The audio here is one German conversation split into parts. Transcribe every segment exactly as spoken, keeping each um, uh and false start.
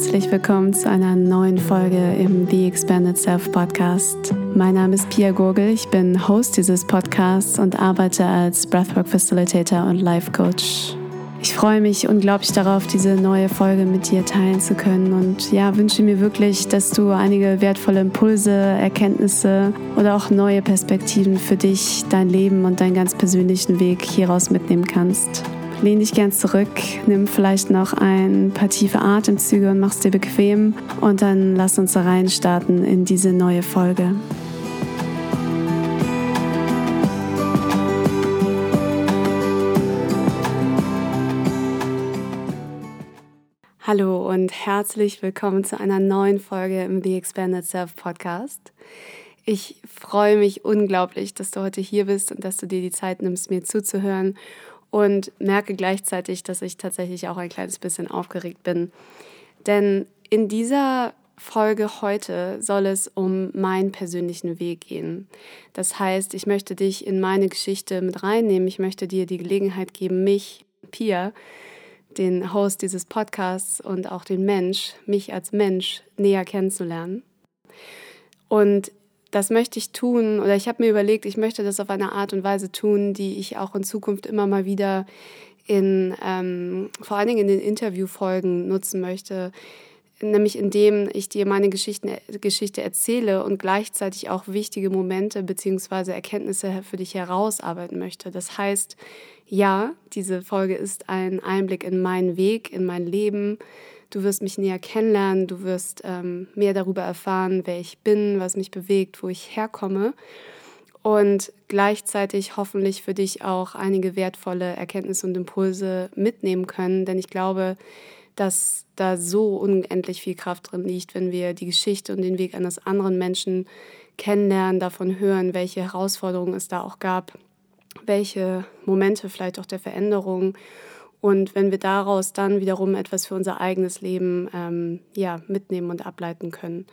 herzlich willkommen zu einer neuen Folge im The Expanded Self Podcast. Mein Name ist Pia Gurgel, ich bin Host dieses Podcasts und arbeite als Breathwork Facilitator und Life Coach. Ich freue mich unglaublich darauf, diese neue Folge mit dir teilen zu können und ja, wünsche mir wirklich, dass du einige wertvolle Impulse, Erkenntnisse oder auch neue Perspektiven für dich, dein Leben und deinen ganz persönlichen Weg hieraus mitnehmen kannst. Lehn dich gern zurück, nimm vielleicht noch ein paar tiefe Atemzüge und mach's dir bequem und dann lass uns da reinstarten in diese neue Folge. Hallo und herzlich willkommen zu einer neuen Folge im The Expanded Self Podcast. Ich freue mich unglaublich, dass du heute hier bist und dass du dir die Zeit nimmst, mir zuzuhören. Und merke gleichzeitig, dass ich tatsächlich auch ein kleines bisschen aufgeregt bin. Denn in dieser Folge heute soll es um meinen persönlichen Weg gehen. Das heißt, ich möchte dich in meine Geschichte mit reinnehmen. Ich möchte dir die Gelegenheit geben, mich, Pia, den Host dieses Podcasts und auch den Mensch, mich als Mensch näher kennenzulernen. Und das möchte ich tun, oder ich habe mir überlegt, ich möchte das auf eine Art und Weise tun, die ich auch in Zukunft immer mal wieder in, ähm, vor allen Dingen in den Interviewfolgen nutzen möchte, nämlich indem ich dir meine Geschichten, Geschichte erzähle und gleichzeitig auch wichtige Momente bzw. Erkenntnisse für dich herausarbeiten möchte. Das heißt, ja, diese Folge ist ein Einblick in meinen Weg, in mein Leben. Du wirst mich näher kennenlernen, du wirst ähm, mehr darüber erfahren, wer ich bin, was mich bewegt, wo ich herkomme und gleichzeitig hoffentlich für dich auch einige wertvolle Erkenntnisse und Impulse mitnehmen können, denn ich glaube, dass da so unendlich viel Kraft drin liegt, wenn wir die Geschichte und den Weg eines anderen Menschen kennenlernen, davon hören, welche Herausforderungen es da auch gab, welche Momente vielleicht auch der Veränderung. Und wenn wir daraus dann wiederum etwas für unser eigenes Leben ähm, ja, mitnehmen und ableiten können.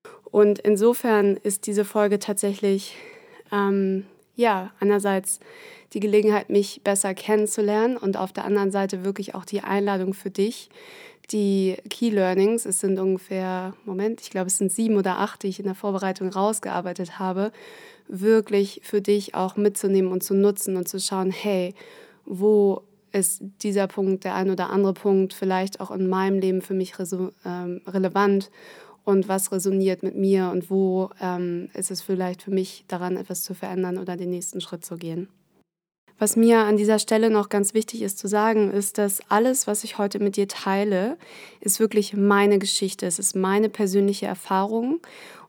Und insofern ist diese Folge tatsächlich ähm, ja, einerseits die Gelegenheit, mich besser kennenzulernen und auf der anderen Seite wirklich auch die Einladung für dich, die Key Learnings, es sind ungefähr, Moment, ich glaube es sind sieben oder acht, die ich in der Vorbereitung rausgearbeitet habe, wirklich für dich auch mitzunehmen und zu nutzen und zu schauen, hey, wo ist dieser Punkt, der ein oder andere Punkt vielleicht auch in meinem Leben für mich reso- ähm, relevant und was resoniert mit mir und wo ähm, ist es vielleicht für mich daran, etwas zu verändern oder den nächsten Schritt zu gehen. Was mir an dieser Stelle noch ganz wichtig ist zu sagen, ist, dass alles, was ich heute mit dir teile, ist wirklich meine Geschichte. Es ist meine persönliche Erfahrung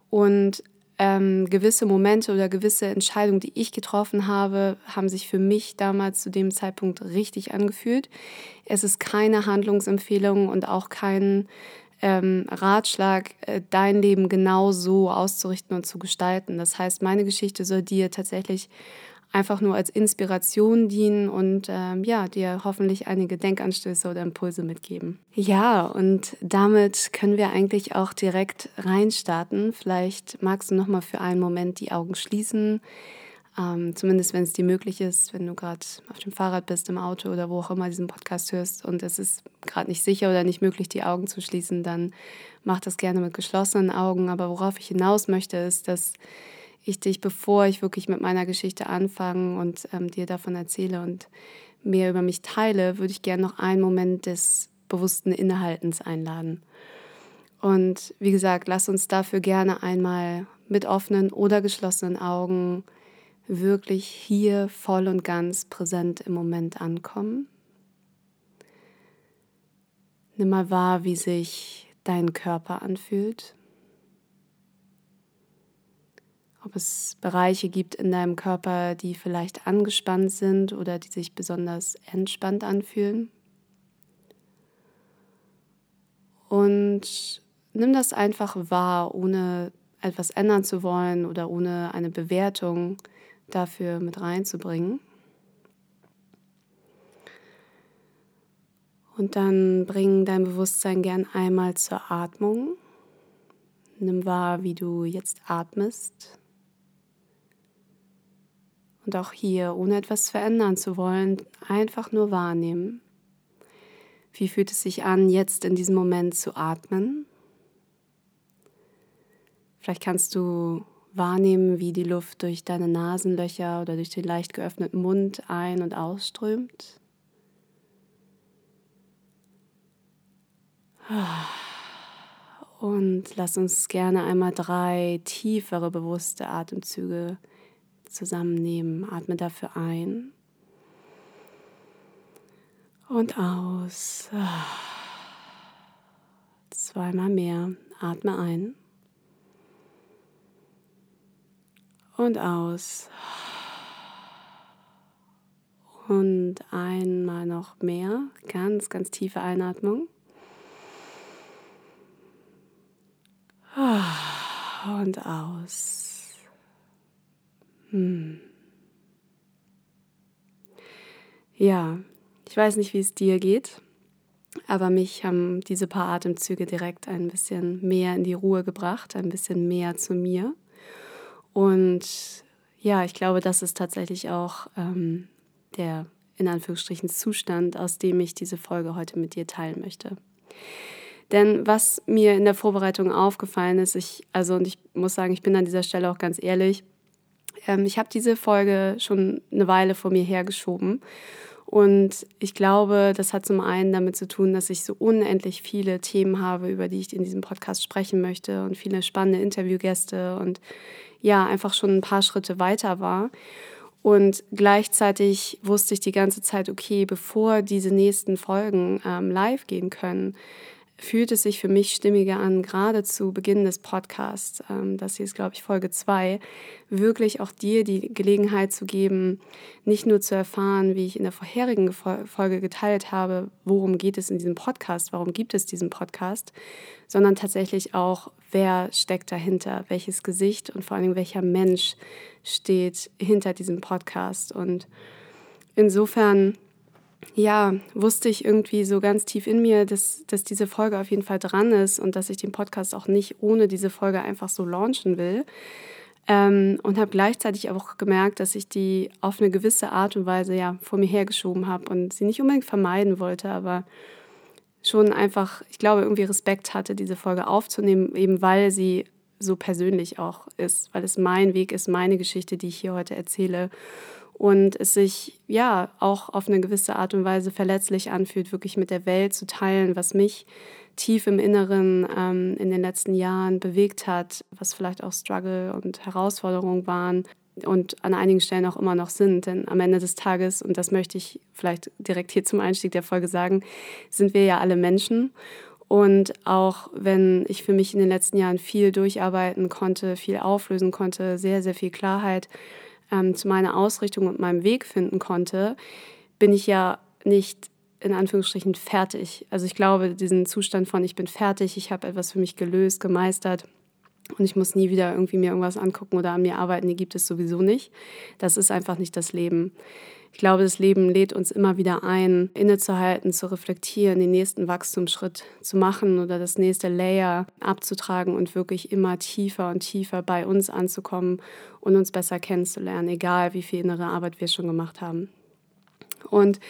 und ähm, gewisse Momente oder gewisse Entscheidungen, die ich getroffen habe, haben sich für mich damals zu dem Zeitpunkt richtig angefühlt. Es ist keine Handlungsempfehlung und auch kein ähm, Ratschlag, äh, dein Leben genau so auszurichten und zu gestalten. Das heißt, meine Geschichte soll dir tatsächlich einfach nur als Inspiration dienen und ähm, ja, dir hoffentlich einige Denkanstöße oder Impulse mitgeben. Ja, und damit können wir eigentlich auch direkt reinstarten. Vielleicht magst du noch mal für einen Moment die Augen schließen, ähm, zumindest wenn es dir möglich ist, wenn du gerade auf dem Fahrrad bist, im Auto oder wo auch immer diesen Podcast hörst und es ist gerade nicht sicher oder nicht möglich, die Augen zu schließen, dann mach das gerne mit geschlossenen Augen. Aber worauf ich hinaus möchte, ist, dass ich dich, bevor ich wirklich mit meiner Geschichte anfange und ähm, dir davon erzähle und mehr über mich teile, würde ich gerne noch einen Moment des bewussten Innehaltens einladen. Und wie gesagt, lass uns dafür gerne einmal mit offenen oder geschlossenen Augen wirklich hier voll und ganz präsent im Moment ankommen. Nimm mal wahr, wie sich dein Körper anfühlt. Ob es Bereiche gibt in deinem Körper, die vielleicht angespannt sind oder die sich besonders entspannt anfühlen. Und nimm das einfach wahr, ohne etwas ändern zu wollen oder ohne eine Bewertung dafür mit reinzubringen. Und dann bring dein Bewusstsein gern einmal zur Atmung. Nimm wahr, wie du jetzt atmest. Und auch hier, ohne etwas verändern zu wollen, einfach nur wahrnehmen. Wie fühlt es sich an, jetzt in diesem Moment zu atmen? Vielleicht kannst du wahrnehmen, wie die Luft durch deine Nasenlöcher oder durch den leicht geöffneten Mund ein- und ausströmt. Und lass uns gerne einmal drei tiefere, bewusste Atemzüge zusammennehmen. Atme dafür ein und aus. Zweimal mehr. Atme ein und aus. Und einmal noch mehr. Ganz, ganz tiefe Einatmung. Und aus. Hm. Ja, ich weiß nicht, wie es dir geht, aber mich haben diese paar Atemzüge direkt ein bisschen mehr in die Ruhe gebracht, ein bisschen mehr zu mir. Und ja, ich glaube, das ist tatsächlich auch ähm, der, in Anführungsstrichen, Zustand, aus dem ich diese Folge heute mit dir teilen möchte. Denn was mir in der Vorbereitung aufgefallen ist, ich, also und ich muss sagen, ich bin an dieser Stelle auch ganz ehrlich, ähm, ich habe diese Folge schon eine Weile vor mir hergeschoben. Und ich glaube, das hat zum einen damit zu tun, dass ich so unendlich viele Themen habe, über die ich in diesem Podcast sprechen möchte und viele spannende Interviewgäste und ja, einfach schon ein paar Schritte weiter war. Und gleichzeitig wusste ich die ganze Zeit, okay, bevor diese nächsten Folgen ähm, live gehen können, fühlt es sich für mich stimmiger an, gerade zu Beginn des Podcasts, ähm, das hier ist, glaube ich, Folge zwei, wirklich auch dir die Gelegenheit zu geben, nicht nur zu erfahren, wie ich in der vorherigen Folge geteilt habe, worum geht es in diesem Podcast, warum gibt es diesen Podcast, sondern tatsächlich auch, wer steckt dahinter, welches Gesicht und vor allem welcher Mensch steht hinter diesem Podcast. Und insofern ja, wusste ich irgendwie so ganz tief in mir, dass, dass diese Folge auf jeden Fall dran ist und dass ich den Podcast auch nicht ohne diese Folge einfach so launchen will. Ähm, und habe gleichzeitig auch gemerkt, dass ich die auf eine gewisse Art und Weise ja vor mir hergeschoben habe und sie nicht unbedingt vermeiden wollte, aber schon einfach, ich glaube, irgendwie Respekt hatte, diese Folge aufzunehmen, eben weil sie so persönlich auch ist, weil es mein Weg ist, meine Geschichte, die ich hier heute erzähle. Und es sich ja auch auf eine gewisse Art und Weise verletzlich anfühlt, wirklich mit der Welt zu teilen, was mich tief im Inneren ähm, in den letzten Jahren bewegt hat, was vielleicht auch Struggle und Herausforderungen waren und an einigen Stellen auch immer noch sind. Denn am Ende des Tages, und das möchte ich vielleicht direkt hier zum Einstieg der Folge sagen, sind wir ja alle Menschen. Und auch wenn ich für mich in den letzten Jahren viel durcharbeiten konnte, viel auflösen konnte, sehr, sehr viel Klarheit ähm, zu meiner Ausrichtung und meinem Weg finden konnte, bin ich ja nicht in Anführungsstrichen fertig. Also ich glaube, diesen Zustand von ich bin fertig, ich habe etwas für mich gelöst, gemeistert und ich muss nie wieder irgendwie mir irgendwas angucken oder an mir arbeiten, die gibt es sowieso nicht. Das ist einfach nicht das Leben. Ich glaube, das Leben lädt uns immer wieder ein, innezuhalten, zu reflektieren, den nächsten Wachstumsschritt zu machen oder das nächste Layer abzutragen und wirklich immer tiefer und tiefer bei uns anzukommen und uns besser kennenzulernen, egal wie viel innere Arbeit wir schon gemacht haben. Und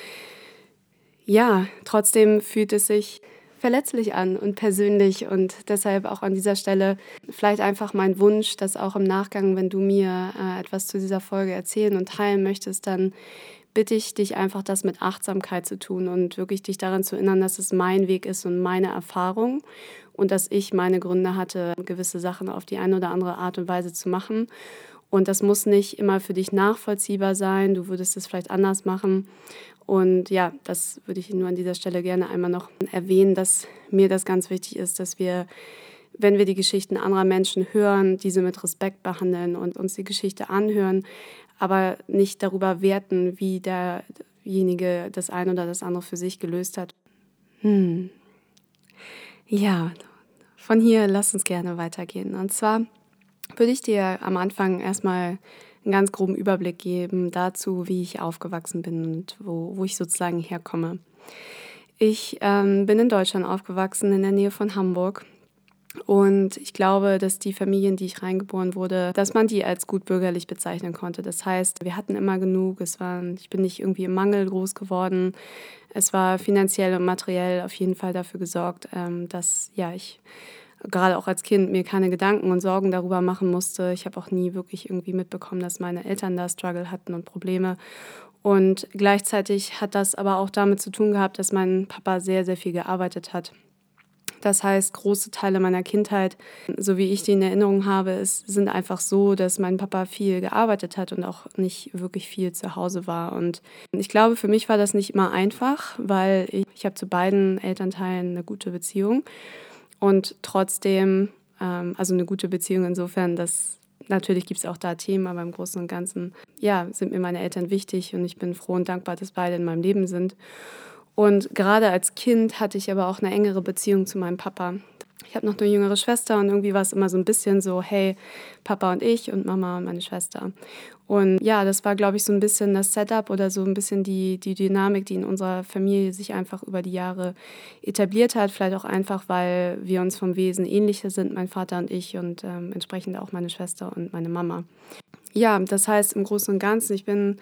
ja, trotzdem fühlt es sich verletzlich an und persönlich und deshalb auch an dieser Stelle vielleicht einfach mein Wunsch, dass auch im Nachgang, wenn du mir äh, etwas zu dieser Folge erzählen und teilen möchtest, dann bitte ich dich einfach, das mit Achtsamkeit zu tun und wirklich dich daran zu erinnern, dass es mein Weg ist und meine Erfahrung und dass ich meine Gründe hatte, gewisse Sachen auf die eine oder andere Art und Weise zu machen. Und das muss nicht immer für dich nachvollziehbar sein. Du würdest es vielleicht anders machen. Und ja, das würde ich nur an dieser Stelle gerne einmal noch erwähnen, dass mir das ganz wichtig ist, dass wir, wenn wir die Geschichten anderer Menschen hören, diese mit Respekt behandeln und uns die Geschichte anhören, aber nicht darüber werten, wie derjenige das eine oder das andere für sich gelöst hat. Hm. Ja, von hier lass uns gerne weitergehen. Und zwar würde ich dir am Anfang erstmal einen ganz groben Überblick geben dazu, wie ich aufgewachsen bin und wo, wo ich sozusagen herkomme. Ich ähm, bin in Deutschland aufgewachsen, in der Nähe von Hamburg. Und ich glaube, dass die Familie, in die ich reingeboren wurde, dass man die als gut bürgerlich bezeichnen konnte. Das heißt, wir hatten immer genug. Es war, ich bin nicht irgendwie im Mangel groß geworden. Es war finanziell und materiell auf jeden Fall dafür gesorgt, ähm, dass ja ich gerade auch als Kind mir keine Gedanken und Sorgen darüber machen musste. Ich habe auch nie wirklich irgendwie mitbekommen, dass meine Eltern da Struggle hatten und Probleme. Und gleichzeitig hat das aber auch damit zu tun gehabt, dass mein Papa sehr, sehr viel gearbeitet hat. Das heißt, große Teile meiner Kindheit, so wie ich die in Erinnerung habe, es sind einfach so, dass mein Papa viel gearbeitet hat und auch nicht wirklich viel zu Hause war. Und ich glaube, für mich war das nicht immer einfach, weil ich, ich habe zu beiden Elternteilen eine gute Beziehung und trotzdem, ähm, also eine gute Beziehung insofern, dass natürlich gibt es auch da Themen, aber im Großen und Ganzen, ja, sind mir meine Eltern wichtig und ich bin froh und dankbar, dass beide in meinem Leben sind. Und gerade als Kind hatte ich aber auch eine engere Beziehung zu meinem Papa. Ich habe noch eine jüngere Schwester und irgendwie war es immer so ein bisschen so, hey, Papa und ich und Mama und meine Schwester. Und ja, das war, glaube ich, so ein bisschen das Setup oder so ein bisschen die, die Dynamik, die in unserer Familie sich einfach über die Jahre etabliert hat. Vielleicht auch einfach, weil wir uns vom Wesen ähnlicher sind, mein Vater und ich und ähm, entsprechend auch meine Schwester und meine Mama. Ja, das heißt im Großen und Ganzen, ich bin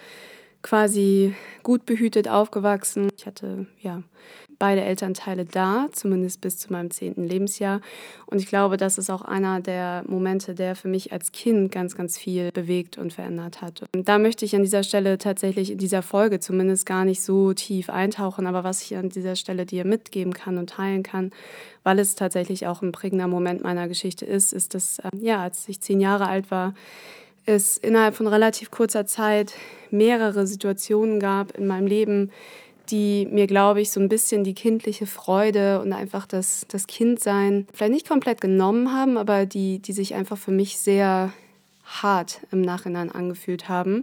quasi gut behütet aufgewachsen. Ich hatte ja beide Elternteile da, zumindest bis zu meinem zehnten Lebensjahr. Und ich glaube, das ist auch einer der Momente, der für mich als Kind ganz, ganz viel bewegt und verändert hat. Und da möchte ich an dieser Stelle tatsächlich in dieser Folge zumindest gar nicht so tief eintauchen, aber was ich an dieser Stelle dir mitgeben kann und teilen kann, weil es tatsächlich auch ein prägender Moment meiner Geschichte ist, ist, dass, äh, ja, als ich zehn Jahre alt war, es innerhalb von relativ kurzer Zeit mehrere Situationen gab in meinem Leben, die mir, glaube ich, so ein bisschen die kindliche Freude und einfach das, das Kindsein vielleicht nicht komplett genommen haben, aber die, die sich einfach für mich sehr hart im Nachhinein angefühlt haben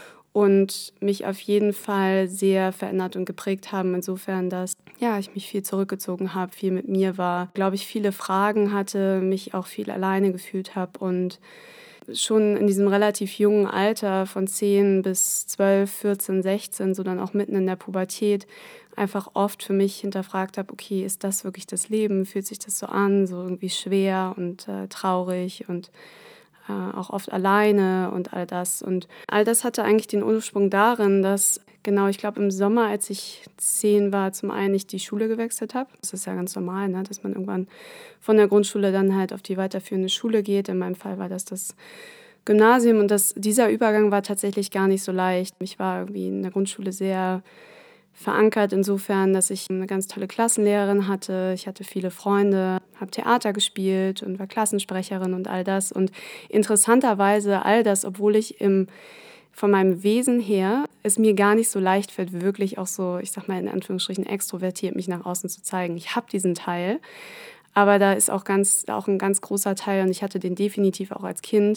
und mich auf jeden Fall sehr verändert und geprägt haben. Insofern, dass ja, ich mich viel zurückgezogen habe, viel mit mir war, glaube ich, viele Fragen hatte, mich auch viel alleine gefühlt habe und schon in diesem relativ jungen Alter von zehn bis zwölf, vierzehn, sechzehn, so dann auch mitten in der Pubertät, einfach oft für mich hinterfragt habe, okay, ist das wirklich das Leben? Fühlt sich das so an, so irgendwie schwer und äh, traurig und äh, auch oft alleine und all das. Und all das hatte eigentlich den Ursprung darin, dass genau, ich glaube im Sommer, als ich zehn war, zum einen ich die Schule gewechselt habe. Das ist ja ganz normal, ne, dass man irgendwann von der Grundschule dann halt auf die weiterführende Schule geht. In meinem Fall war das das Gymnasium und das, dieser Übergang war tatsächlich gar nicht so leicht. Ich war irgendwie in der Grundschule sehr verankert insofern, dass ich eine ganz tolle Klassenlehrerin hatte. Ich hatte viele Freunde, habe Theater gespielt und war Klassensprecherin und all das. Und interessanterweise all das, obwohl ich im, von meinem Wesen her es mir gar nicht so leicht fällt, wirklich auch so, ich sag mal in Anführungsstrichen, extrovertiert mich nach außen zu zeigen. Ich habe diesen Teil, aber da ist auch, ganz, auch ein ganz großer Teil und ich hatte den definitiv auch als Kind,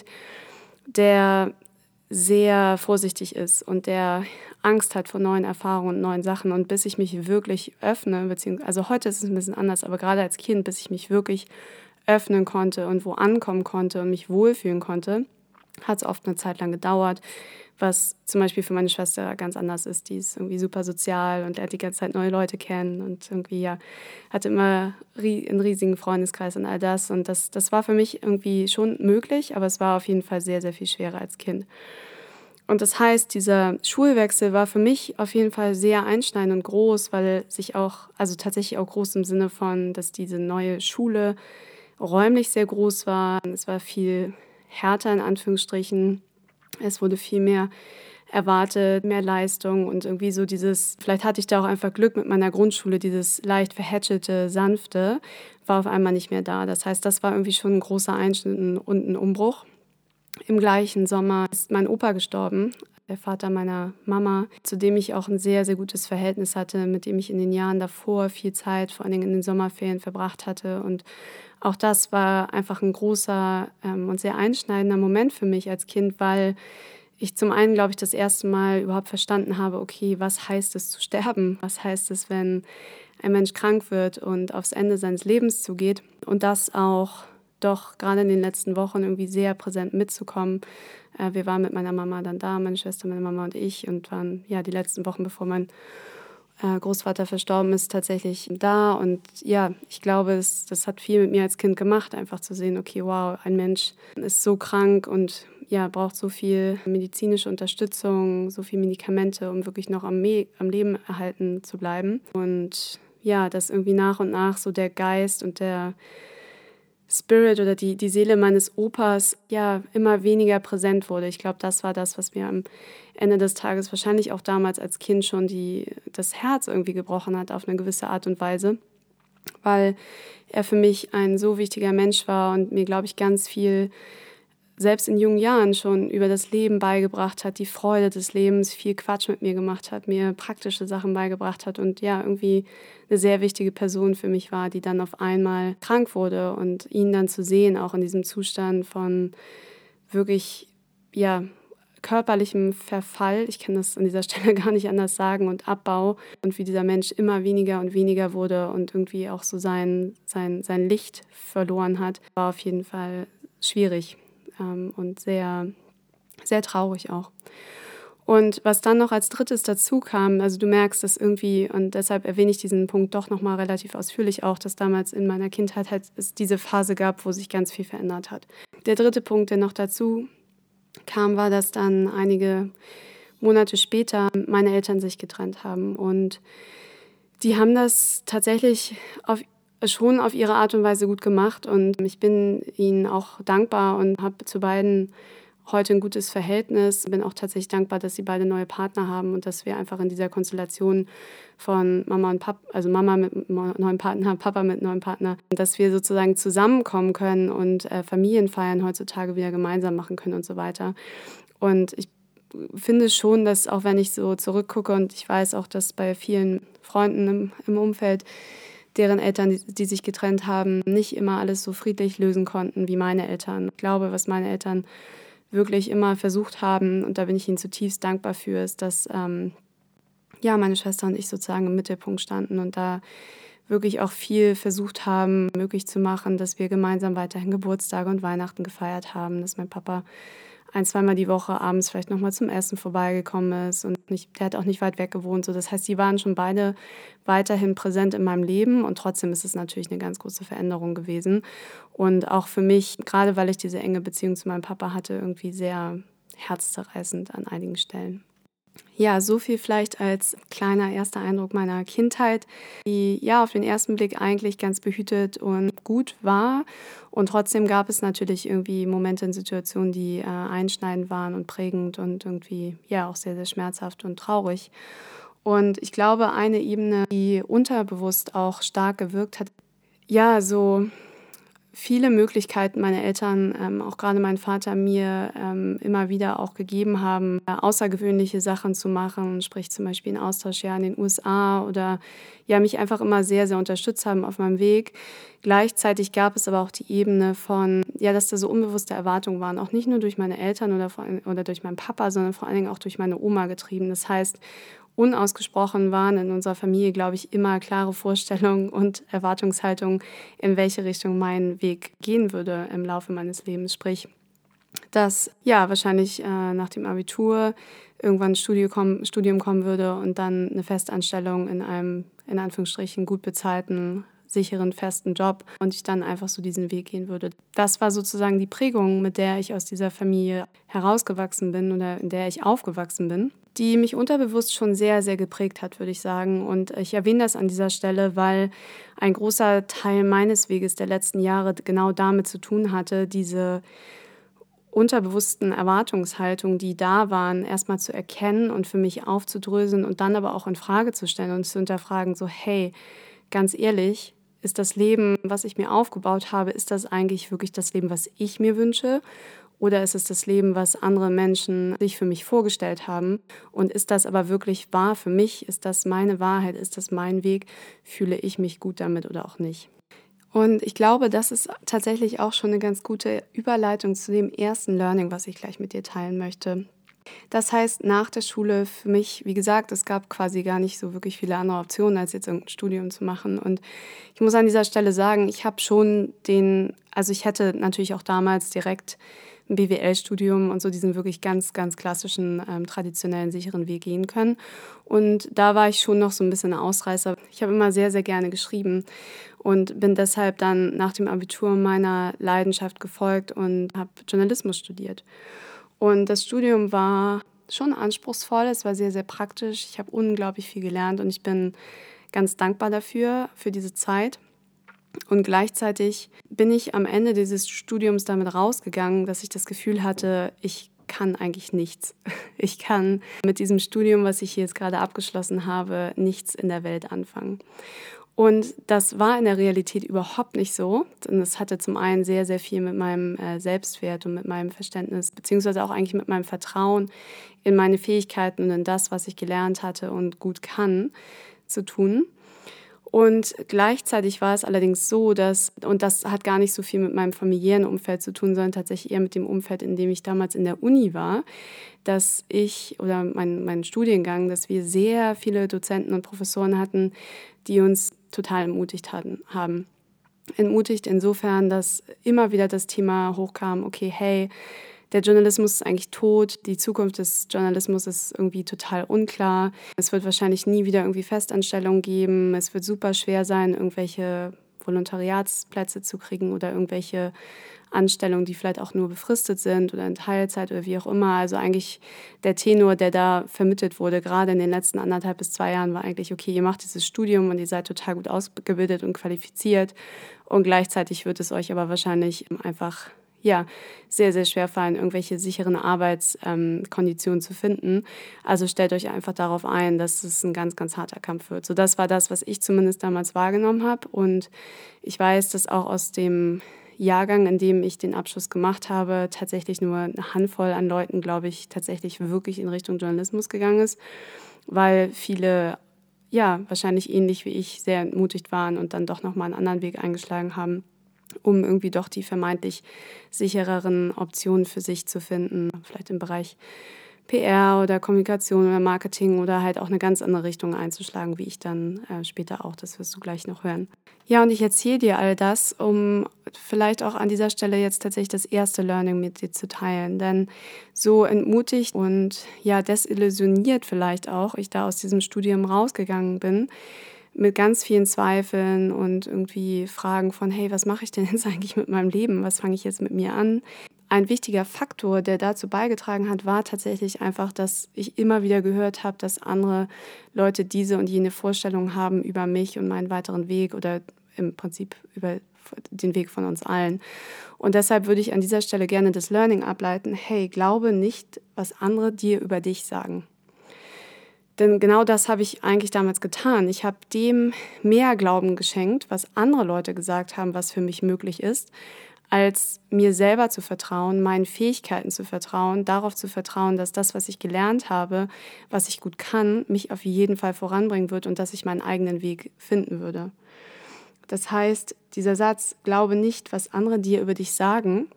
der sehr vorsichtig ist und der Angst hat vor neuen Erfahrungen und neuen Sachen. Und bis ich mich wirklich öffne, beziehungsweise, also heute ist es ein bisschen anders, aber gerade als Kind, bis ich mich wirklich öffnen konnte und wo ankommen konnte und mich wohlfühlen konnte, hat es oft eine Zeit lang gedauert, was zum Beispiel für meine Schwester ganz anders ist. Die ist irgendwie super sozial und lernt die ganze Zeit neue Leute kennen und irgendwie, ja, hatte immer einen riesigen Freundeskreis und all das. Und das, das war für mich irgendwie schon möglich, aber es war auf jeden Fall sehr, sehr viel schwerer als Kind. Und das heißt, dieser Schulwechsel war für mich auf jeden Fall sehr einschneidend und groß, weil sich auch, also tatsächlich auch groß im Sinne von, dass diese neue Schule räumlich sehr groß war. Es war viel härter in Anführungsstrichen. Es wurde viel mehr erwartet, mehr Leistung und irgendwie so dieses, vielleicht hatte ich da auch einfach Glück mit meiner Grundschule, dieses leicht verhätschelte, sanfte, war auf einmal nicht mehr da. Das heißt, das war irgendwie schon ein großer Einschnitt und ein Umbruch. Im gleichen Sommer ist mein Opa gestorben, der Vater meiner Mama, zu dem ich auch ein sehr, sehr gutes Verhältnis hatte, mit dem ich in den Jahren davor viel Zeit, vor allen Dingen in den Sommerferien, verbracht hatte. Und auch das war einfach ein großer ähm, und sehr einschneidender Moment für mich als Kind, weil ich zum einen, glaube ich, das erste Mal überhaupt verstanden habe, okay, was heißt es zu sterben? Was heißt es, wenn ein Mensch krank wird und aufs Ende seines Lebens zugeht? Und das auch doch gerade in den letzten Wochen irgendwie sehr präsent mitzukommen. Äh, wir waren mit meiner Mama dann da, meine Schwester, meine Mama und ich und waren ja die letzten Wochen, bevor mein äh, Großvater verstorben ist, tatsächlich da. Und ja, ich glaube, es, das hat viel mit mir als Kind gemacht, einfach zu sehen, okay, wow, ein Mensch ist so krank und ja, braucht so viel medizinische Unterstützung, so viel Medikamente, um wirklich noch am, Me- am Leben erhalten zu bleiben. Und ja, dass irgendwie nach und nach so der Geist und der Spirit oder die, die Seele meines Opas ja immer weniger präsent wurde. Ich glaube, das war das, was mir am Ende des Tages wahrscheinlich auch damals als Kind schon die, das Herz irgendwie gebrochen hat auf eine gewisse Art und Weise, weil er für mich ein so wichtiger Mensch war und mir, glaube ich, ganz viel selbst in jungen Jahren schon über das Leben beigebracht hat, die Freude des Lebens, viel Quatsch mit mir gemacht hat, mir praktische Sachen beigebracht hat und ja, irgendwie eine sehr wichtige Person für mich war, die dann auf einmal krank wurde und ihn dann zu sehen, auch in diesem Zustand von wirklich, ja, körperlichem Verfall, ich kann das an dieser Stelle gar nicht anders sagen, und Abbau und wie dieser Mensch immer weniger und weniger wurde und irgendwie auch so sein, sein, sein Licht verloren hat, war auf jeden Fall schwierig ähm, und sehr, sehr traurig auch. Und was dann noch als drittes dazu kam, also du merkst das irgendwie, und deshalb erwähne ich diesen Punkt doch nochmal relativ ausführlich auch, dass damals in meiner Kindheit halt es diese Phase gab, wo sich ganz viel verändert hat. Der dritte Punkt, der noch dazu kam, war, dass dann einige Monate später meine Eltern sich getrennt haben. Und die haben das tatsächlich auf, schon auf ihre Art und Weise gut gemacht. Und ich bin ihnen auch dankbar und habe zu beiden heute ein gutes Verhältnis. Bin auch tatsächlich dankbar, dass sie beide neue Partner haben und dass wir einfach in dieser Konstellation von Mama und Papa, also Mama mit einem neuen Partner, Papa mit einem neuen Partner, dass wir sozusagen zusammenkommen können und äh, Familienfeiern heutzutage wieder gemeinsam machen können und so weiter. Und ich finde schon, dass auch wenn ich so zurückgucke und ich weiß auch, dass bei vielen Freunden im, im Umfeld, deren Eltern, die, die sich getrennt haben, nicht immer alles so friedlich lösen konnten wie meine Eltern. Ich glaube, was meine Eltern wirklich immer versucht haben, und da bin ich ihnen zutiefst dankbar für, ist, dass ähm, ja, meine Schwester und ich sozusagen im Mittelpunkt standen und da wirklich auch viel versucht haben, möglich zu machen, dass wir gemeinsam weiterhin Geburtstage und Weihnachten gefeiert haben, dass mein Papa ein-, zweimal die Woche abends vielleicht nochmal zum Essen vorbeigekommen ist und nicht, der hat auch nicht weit weg gewohnt. So, das heißt, die waren schon beide weiterhin präsent in meinem Leben und trotzdem ist es natürlich eine ganz große Veränderung gewesen. Und auch für mich, gerade weil ich diese enge Beziehung zu meinem Papa hatte, irgendwie sehr herzzerreißend an einigen Stellen. Ja, so viel vielleicht als kleiner erster Eindruck meiner Kindheit, die ja auf den ersten Blick eigentlich ganz behütet und gut war. Und trotzdem gab es natürlich irgendwie Momente und Situationen, die äh, einschneidend waren und prägend und irgendwie ja auch sehr, sehr schmerzhaft und traurig. Und ich glaube, eine Ebene, die unterbewusst auch stark gewirkt hat, ja, so viele Möglichkeiten meine Eltern, ähm, auch gerade mein Vater, mir ähm, immer wieder auch gegeben haben, äh, außergewöhnliche Sachen zu machen, sprich zum Beispiel ein Austauschjahr in den U S A oder ja, mich einfach immer sehr, sehr unterstützt haben auf meinem Weg. Gleichzeitig gab es aber auch die Ebene von, ja, dass da so unbewusste Erwartungen waren, auch nicht nur durch meine Eltern oder, vor, oder durch meinen Papa, sondern vor allen Dingen auch durch meine Oma getrieben. Das heißt, unausgesprochen waren in unserer Familie, glaube ich, immer klare Vorstellungen und Erwartungshaltungen, in welche Richtung mein Weg gehen würde im Laufe meines Lebens. Sprich, dass ja wahrscheinlich äh, nach dem Abitur irgendwann ein Studium kommen, Studium kommen würde und dann eine Festanstellung in einem, in Anführungsstrichen, gut bezahlten, sicheren, festen Job und ich dann einfach so diesen Weg gehen würde. Das war sozusagen die Prägung, mit der ich aus dieser Familie herausgewachsen bin oder in der ich aufgewachsen bin, die mich unterbewusst schon sehr, sehr geprägt hat, würde ich sagen. Und ich erwähne das an dieser Stelle, weil ein großer Teil meines Weges der letzten Jahre genau damit zu tun hatte, diese unterbewussten Erwartungshaltungen, die da waren, erstmal zu erkennen und für mich aufzudröseln und dann aber auch in Frage zu stellen und zu hinterfragen, so hey, ganz ehrlich, ist das Leben, was ich mir aufgebaut habe, ist das eigentlich wirklich das Leben, was ich mir wünsche? Oder ist es das Leben, was andere Menschen sich für mich vorgestellt haben? Und ist das aber wirklich wahr für mich? Ist das meine Wahrheit? Ist das mein Weg? Fühle ich mich gut damit oder auch nicht? Und ich glaube, das ist tatsächlich auch schon eine ganz gute Überleitung zu dem ersten Learning, was ich gleich mit dir teilen möchte. Das heißt, nach der Schule für mich, wie gesagt, es gab quasi gar nicht so wirklich viele andere Optionen, als jetzt irgendein Studium zu machen. Und ich muss an dieser Stelle sagen, ich habe schon den, also ich hätte natürlich auch damals direkt ein B W L-Studium und so diesen wirklich ganz, ganz klassischen, ähm, traditionellen, sicheren Weg gehen können. Und da war ich schon noch so ein bisschen ein Ausreißer. Ich habe immer sehr, sehr gerne geschrieben und bin deshalb dann nach dem Abitur meiner Leidenschaft gefolgt und habe Journalismus studiert. Und das Studium war schon anspruchsvoll, es war sehr, sehr praktisch. Ich habe unglaublich viel gelernt und ich bin ganz dankbar dafür, für diese Zeit. Und gleichzeitig bin ich am Ende dieses Studiums damit rausgegangen, dass ich das Gefühl hatte, ich kann eigentlich nichts. Ich kann mit diesem Studium, was ich hier jetzt gerade abgeschlossen habe, nichts in der Welt anfangen. Und das war in der Realität überhaupt nicht so. Und es hatte zum einen sehr, sehr viel mit meinem äh, Selbstwert und mit meinem Verständnis, beziehungsweise auch eigentlich mit meinem Vertrauen in meine Fähigkeiten und in das, was ich gelernt hatte und gut kann, zu tun. Und gleichzeitig war es allerdings so, dass, und das hat gar nicht so viel mit meinem familiären Umfeld zu tun, sondern tatsächlich eher mit dem Umfeld, in dem ich damals in der Uni war, dass ich oder mein, mein Studiengang, dass wir sehr viele Dozenten und Professoren hatten, die uns total ermutigt hatten, haben. Entmutigt insofern, dass immer wieder das Thema hochkam, okay, hey, der Journalismus ist eigentlich tot, die Zukunft des Journalismus ist irgendwie total unklar. Es wird wahrscheinlich nie wieder irgendwie Festanstellungen geben. Es wird super schwer sein, irgendwelche Volontariatsplätze zu kriegen oder irgendwelche Anstellungen, die vielleicht auch nur befristet sind oder in Teilzeit oder wie auch immer. Also eigentlich der Tenor, der da vermittelt wurde, gerade in den letzten anderthalb bis zwei Jahren, war eigentlich, okay, ihr macht dieses Studium und ihr seid total gut ausgebildet und qualifiziert und gleichzeitig wird es euch aber wahrscheinlich einfach ja, sehr, sehr schwer fallen, irgendwelche sicheren Arbeitskonditionen ähm, zu finden. Also stellt euch einfach darauf ein, dass es ein ganz, ganz harter Kampf wird. So, das war das, was ich zumindest damals wahrgenommen habe. Und ich weiß, dass auch aus dem Jahrgang, in dem ich den Abschluss gemacht habe, tatsächlich nur eine Handvoll an Leuten, glaube ich, tatsächlich wirklich in Richtung Journalismus gegangen ist, weil viele, ja, wahrscheinlich ähnlich wie ich sehr entmutigt waren und dann doch nochmal einen anderen Weg eingeschlagen haben, um irgendwie doch die vermeintlich sichereren Optionen für sich zu finden, vielleicht im Bereich P R oder Kommunikation oder Marketing oder halt auch eine ganz andere Richtung einzuschlagen, wie ich dann äh, später auch, das wirst du gleich noch hören. Ja, und ich erzähle dir all das, um vielleicht auch an dieser Stelle jetzt tatsächlich das erste Learning mit dir zu teilen, denn so entmutigt und ja desillusioniert vielleicht auch ich da aus diesem Studium rausgegangen bin, mit ganz vielen Zweifeln und irgendwie Fragen von, hey, was mache ich denn jetzt eigentlich mit meinem Leben? Was fange ich jetzt mit mir an? Ein wichtiger Faktor, der dazu beigetragen hat, war tatsächlich einfach, dass ich immer wieder gehört habe, dass andere Leute diese und jene Vorstellungen haben über mich und meinen weiteren Weg oder im Prinzip über den Weg von uns allen. Und deshalb würde ich an dieser Stelle gerne das Learning ableiten, hey, glaube nicht, was andere dir über dich sagen. Denn genau das habe ich eigentlich damals getan. Ich habe dem mehr Glauben geschenkt, was andere Leute gesagt haben, was für mich möglich ist, als mir selber zu vertrauen, meinen Fähigkeiten zu vertrauen, darauf zu vertrauen, dass das, was ich gelernt habe, was ich gut kann, mich auf jeden Fall voranbringen wird und dass ich meinen eigenen Weg finden würde. Das heißt, dieser Satz, glaube nicht, was andere dir über dich sagen,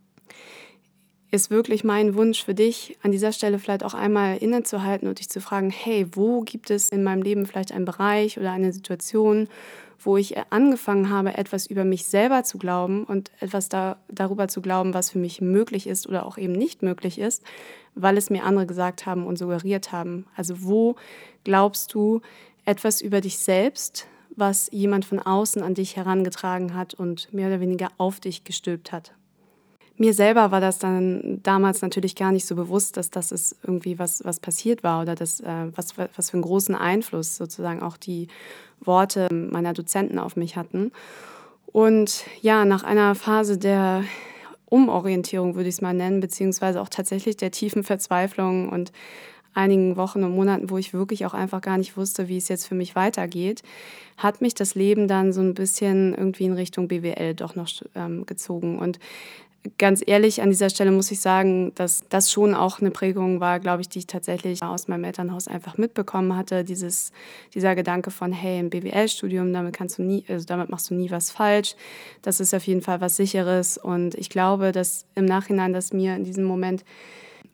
ist wirklich mein Wunsch für dich, an dieser Stelle vielleicht auch einmal innezuhalten und dich zu fragen, hey, wo gibt es in meinem Leben vielleicht einen Bereich oder eine Situation, wo ich angefangen habe, etwas über mich selber zu glauben und etwas da, darüber zu glauben, was für mich möglich ist oder auch eben nicht möglich ist, weil es mir andere gesagt haben und suggeriert haben. Also wo glaubst du etwas über dich selbst, was jemand von außen an dich herangetragen hat und mehr oder weniger auf dich gestülpt hat? Mir selber war das dann damals natürlich gar nicht so bewusst, dass das ist irgendwie was, was passiert war oder das, äh, was, was für einen großen Einfluss sozusagen auch die Worte meiner Dozenten auf mich hatten. Und ja, nach einer Phase der Umorientierung würde ich es mal nennen, beziehungsweise auch tatsächlich der tiefen Verzweiflung und einigen Wochen und Monaten, wo ich wirklich auch einfach gar nicht wusste, wie es jetzt für mich weitergeht, hat mich das Leben dann so ein bisschen irgendwie in Richtung B W L doch noch ähm, gezogen. Und ganz ehrlich, an dieser Stelle muss ich sagen, dass das schon auch eine Prägung war, glaube ich, die ich tatsächlich aus meinem Elternhaus einfach mitbekommen hatte. Dieses, dieser Gedanke von, hey, ein B W L-Studium, damit kannst du nie, also damit machst du nie was falsch. Das ist auf jeden Fall was Sicheres. Und ich glaube, dass im Nachhinein, dass mir in diesem Moment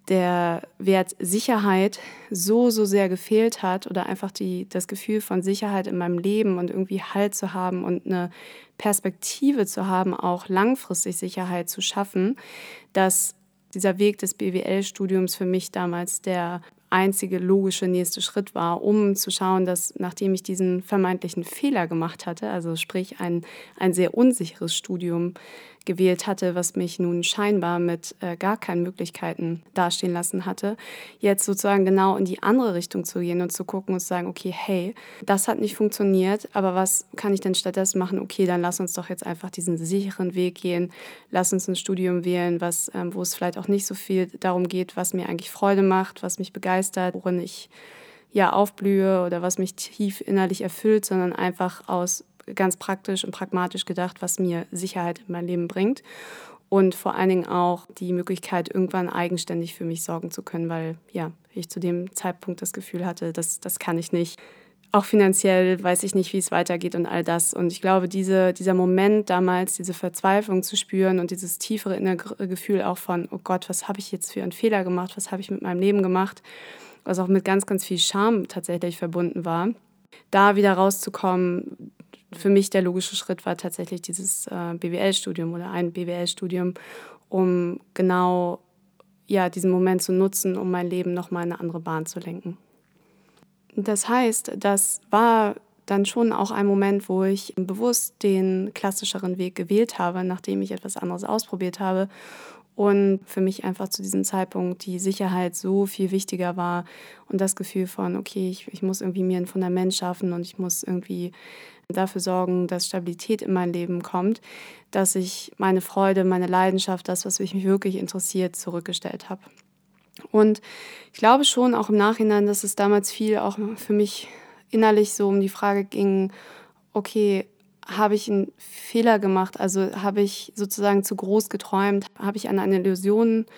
der Wert Sicherheit so, so sehr gefehlt hat oder einfach die, das Gefühl von Sicherheit in meinem Leben und irgendwie Halt zu haben und eine Perspektive zu haben, auch langfristig Sicherheit zu schaffen, dass dieser Weg des B W L-Studiums für mich damals der einzige logische nächste Schritt war, um zu schauen, dass nachdem ich diesen vermeintlichen Fehler gemacht hatte, also sprich ein, ein sehr unsicheres Studium gewählt hatte, was mich nun scheinbar mit äh, gar keinen Möglichkeiten dastehen lassen hatte, jetzt sozusagen genau in die andere Richtung zu gehen und zu gucken und zu sagen, okay, hey, das hat nicht funktioniert, aber was kann ich denn stattdessen machen? Okay, dann lass uns doch jetzt einfach diesen sicheren Weg gehen, lass uns ein Studium wählen, was, ähm, wo es vielleicht auch nicht so viel darum geht, was mir eigentlich Freude macht, was mich begeistert, worin ich ja aufblühe oder was mich tief innerlich erfüllt, sondern einfach aus ganz praktisch und pragmatisch gedacht, was mir Sicherheit in mein Leben bringt und vor allen Dingen auch die Möglichkeit, irgendwann eigenständig für mich sorgen zu können, weil ja, ich zu dem Zeitpunkt das Gefühl hatte, das, das kann ich nicht. Auch finanziell weiß ich nicht, wie es weitergeht und all das. Und ich glaube, diese, dieser Moment damals, diese Verzweiflung zu spüren und dieses tiefere innere Gefühl auch von, oh Gott, was habe ich jetzt für einen Fehler gemacht, was habe ich mit meinem Leben gemacht, was auch mit ganz, ganz viel Scham tatsächlich verbunden war, da wieder rauszukommen. Für mich der logische Schritt war tatsächlich dieses äh, B W L-Studium oder ein B W L-Studium, um genau ja, diesen Moment zu nutzen, um mein Leben nochmal in eine andere Bahn zu lenken. Das heißt, das war dann schon auch ein Moment, wo ich bewusst den klassischeren Weg gewählt habe, nachdem ich etwas anderes ausprobiert habe. Und für mich einfach zu diesem Zeitpunkt die Sicherheit so viel wichtiger war und das Gefühl von, okay, ich, ich muss irgendwie mir ein Fundament schaffen und ich muss irgendwie dafür sorgen, dass Stabilität in mein Leben kommt, dass ich meine Freude, meine Leidenschaft, das, was mich wirklich interessiert, zurückgestellt habe. Und ich glaube schon auch im Nachhinein, dass es damals viel auch für mich innerlich so um die Frage ging, okay, habe ich einen Fehler gemacht? Also habe ich sozusagen zu groß geträumt? Habe ich an eine Illusion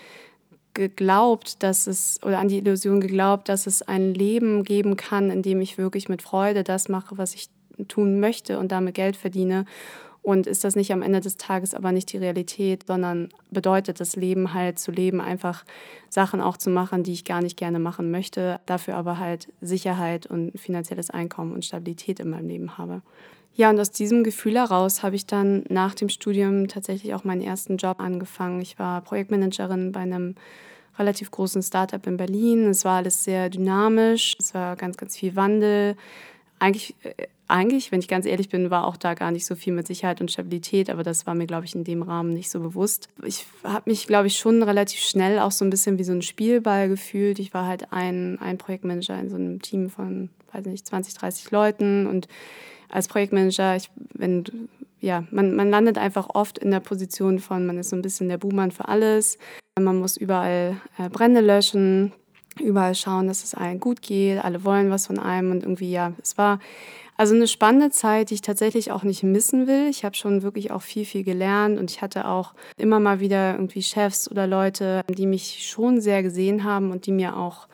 geglaubt, dass es, oder an die Illusion geglaubt, dass es ein Leben geben kann, in dem ich wirklich mit Freude das mache, was ich tun möchte und damit Geld verdiene? Und ist das nicht am Ende des Tages aber nicht die Realität, sondern bedeutet das Leben halt zu leben, einfach Sachen auch zu machen, die ich gar nicht gerne machen möchte, dafür aber halt Sicherheit und finanzielles Einkommen und Stabilität in meinem Leben habe. Ja, und aus diesem Gefühl heraus habe ich dann nach dem Studium tatsächlich auch meinen ersten Job angefangen. Ich war Projektmanagerin bei einem relativ großen Startup in Berlin. Es war alles sehr dynamisch, es war ganz, ganz viel Wandel. Eigentlich, äh, eigentlich, wenn ich ganz ehrlich bin, war auch da gar nicht so viel mit Sicherheit und Stabilität, aber das war mir, glaube ich, in dem Rahmen nicht so bewusst. Ich habe mich, glaube ich, schon relativ schnell auch so ein bisschen wie so ein Spielball gefühlt. Ich war halt ein, ein Projektmanager in so einem Team von, weiß nicht, zwanzig, dreißig Leuten und als Projektmanager, ich, wenn, ja, man, man landet einfach oft in der Position von, man ist so ein bisschen der Buhmann für alles. Man muss überall äh, Brände löschen, überall schauen, dass es allen gut geht, alle wollen was von einem und irgendwie, ja, es war also eine spannende Zeit, die ich tatsächlich auch nicht missen will. Ich habe schon wirklich auch viel, viel gelernt und ich hatte auch immer mal wieder irgendwie Chefs oder Leute, die mich schon sehr gesehen haben und die mir auch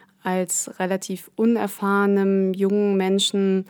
als relativ unerfahrenem jungen Menschen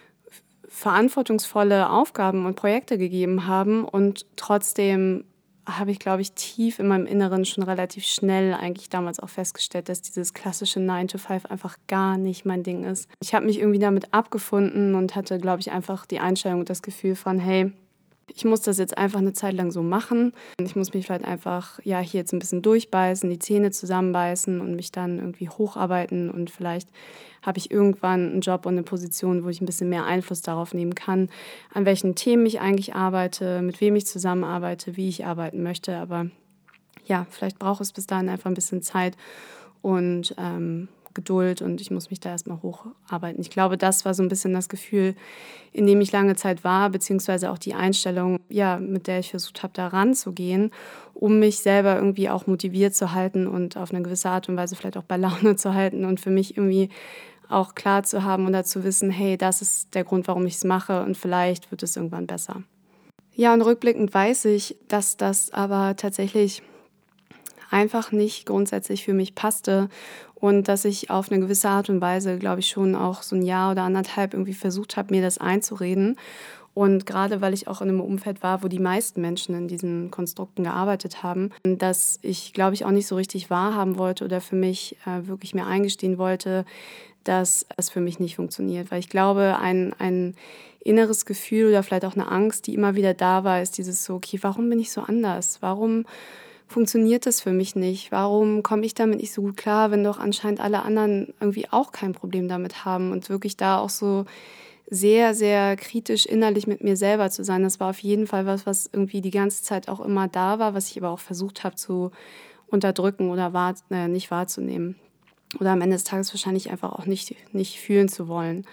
verantwortungsvolle Aufgaben und Projekte gegeben haben. Und trotzdem habe ich, glaube ich, tief in meinem Inneren schon relativ schnell eigentlich damals auch festgestellt, dass dieses klassische nine to five einfach gar nicht mein Ding ist. Ich habe mich irgendwie damit abgefunden und hatte, glaube ich, einfach die Einstellung und das Gefühl von, hey, ich muss das jetzt einfach eine Zeit lang so machen. Ich muss mich vielleicht einfach ja hier jetzt ein bisschen durchbeißen, die Zähne zusammenbeißen und mich dann irgendwie hocharbeiten. Und vielleicht habe ich irgendwann einen Job und eine Position, wo ich ein bisschen mehr Einfluss darauf nehmen kann, an welchen Themen ich eigentlich arbeite, mit wem ich zusammenarbeite, wie ich arbeiten möchte. Aber ja, vielleicht braucht es bis dahin einfach ein bisschen Zeit und ähm, Geduld und ich muss mich da erstmal hocharbeiten. Ich glaube, das war so ein bisschen das Gefühl, in dem ich lange Zeit war, beziehungsweise auch die Einstellung, ja, mit der ich versucht habe, da ranzugehen, um mich selber irgendwie auch motiviert zu halten und auf eine gewisse Art und Weise vielleicht auch bei Laune zu halten und für mich irgendwie auch klar zu haben oder zu wissen, hey, das ist der Grund, warum ich es mache und vielleicht wird es irgendwann besser. Ja, und rückblickend weiß ich, dass das aber tatsächlich einfach nicht grundsätzlich für mich passte und dass ich auf eine gewisse Art und Weise, glaube ich, schon auch so ein Jahr oder anderthalb irgendwie versucht habe, mir das einzureden Und gerade weil ich auch in einem Umfeld war, wo die meisten Menschen in diesen Konstrukten gearbeitet haben, dass ich, glaube ich, auch nicht so richtig wahrhaben wollte oder für mich äh, wirklich mir eingestehen wollte, dass es für mich nicht funktioniert. Weil ich glaube, ein, ein inneres Gefühl oder vielleicht auch eine Angst, die immer wieder da war, ist dieses so, okay, warum bin ich so anders? Warum funktioniert das für mich nicht? Warum komme ich damit nicht so gut klar, wenn doch anscheinend alle anderen irgendwie auch kein Problem damit haben und wirklich da auch so sehr, sehr kritisch innerlich mit mir selber zu sein. Das war auf jeden Fall was, was irgendwie die ganze Zeit auch immer da war, was ich aber auch versucht habe zu unterdrücken oder wahr, äh, nicht wahrzunehmen. Oder am Ende des Tages wahrscheinlich einfach auch nicht, nicht fühlen zu wollen.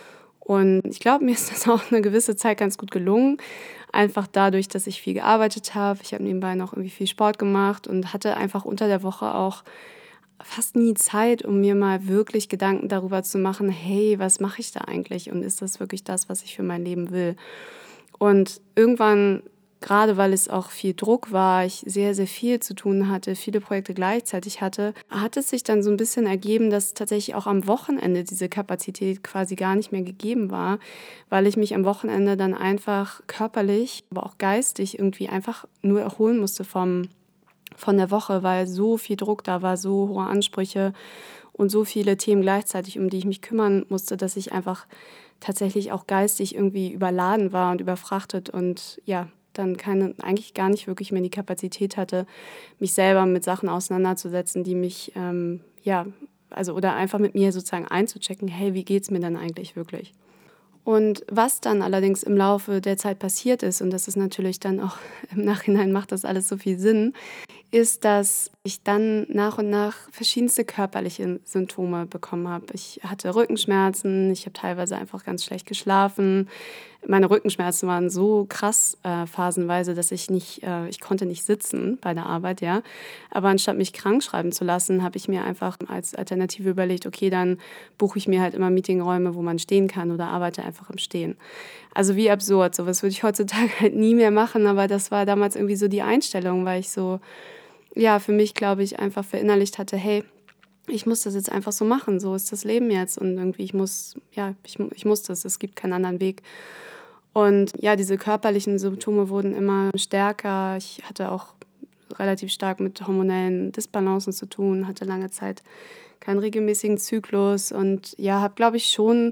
Und ich glaube, mir ist das auch eine gewisse Zeit ganz gut gelungen. Einfach dadurch, dass ich viel gearbeitet habe. Ich habe nebenbei noch irgendwie viel Sport gemacht und hatte einfach unter der Woche auch fast nie Zeit, um mir mal wirklich Gedanken darüber zu machen, hey, was mache ich da eigentlich? Und ist das wirklich das, was ich für mein Leben will? Und irgendwann, gerade weil es auch viel Druck war, ich sehr, sehr viel zu tun hatte, viele Projekte gleichzeitig hatte, hat es sich dann so ein bisschen ergeben, dass tatsächlich auch am Wochenende diese Kapazität quasi gar nicht mehr gegeben war, weil ich mich am Wochenende dann einfach körperlich, aber auch geistig irgendwie einfach nur erholen musste vom, von der Woche, weil so viel Druck da war, so hohe Ansprüche und so viele Themen gleichzeitig, um die ich mich kümmern musste, dass ich einfach tatsächlich auch geistig irgendwie überladen war und überfrachtet und ja, dann keine, eigentlich gar nicht wirklich mehr die Kapazität hatte, mich selber mit Sachen auseinanderzusetzen, die mich, ähm, ja, also oder einfach mit mir sozusagen einzuchecken, hey, wie geht's mir denn eigentlich wirklich? Und was dann allerdings im Laufe der Zeit passiert ist, und das ist natürlich dann auch im Nachhinein macht das alles so viel Sinn, ist, dass ich dann nach und nach verschiedenste körperliche Symptome bekommen habe. Ich hatte Rückenschmerzen, ich habe teilweise einfach ganz schlecht geschlafen. Meine Rückenschmerzen waren so krass äh, phasenweise, dass ich nicht, äh, ich konnte nicht sitzen bei der Arbeit, ja. Aber anstatt mich krank schreiben zu lassen, habe ich mir einfach als Alternative überlegt, okay, dann buche ich mir halt immer Meetingräume, wo man stehen kann oder arbeite einfach im Stehen. Also wie absurd, sowas würde ich heutzutage halt nie mehr machen, aber das war damals irgendwie so die Einstellung, weil ich so, ja, für mich, glaube ich, einfach verinnerlicht hatte, hey, ich muss das jetzt einfach so machen, so ist das Leben jetzt und irgendwie ich muss, ja, ich, ich muss das, es gibt keinen anderen Weg. Und ja, diese körperlichen Symptome wurden immer stärker. Ich hatte auch relativ stark mit hormonellen Disbalancen zu tun, hatte lange Zeit keinen regelmäßigen Zyklus und ja, habe, glaube ich, schon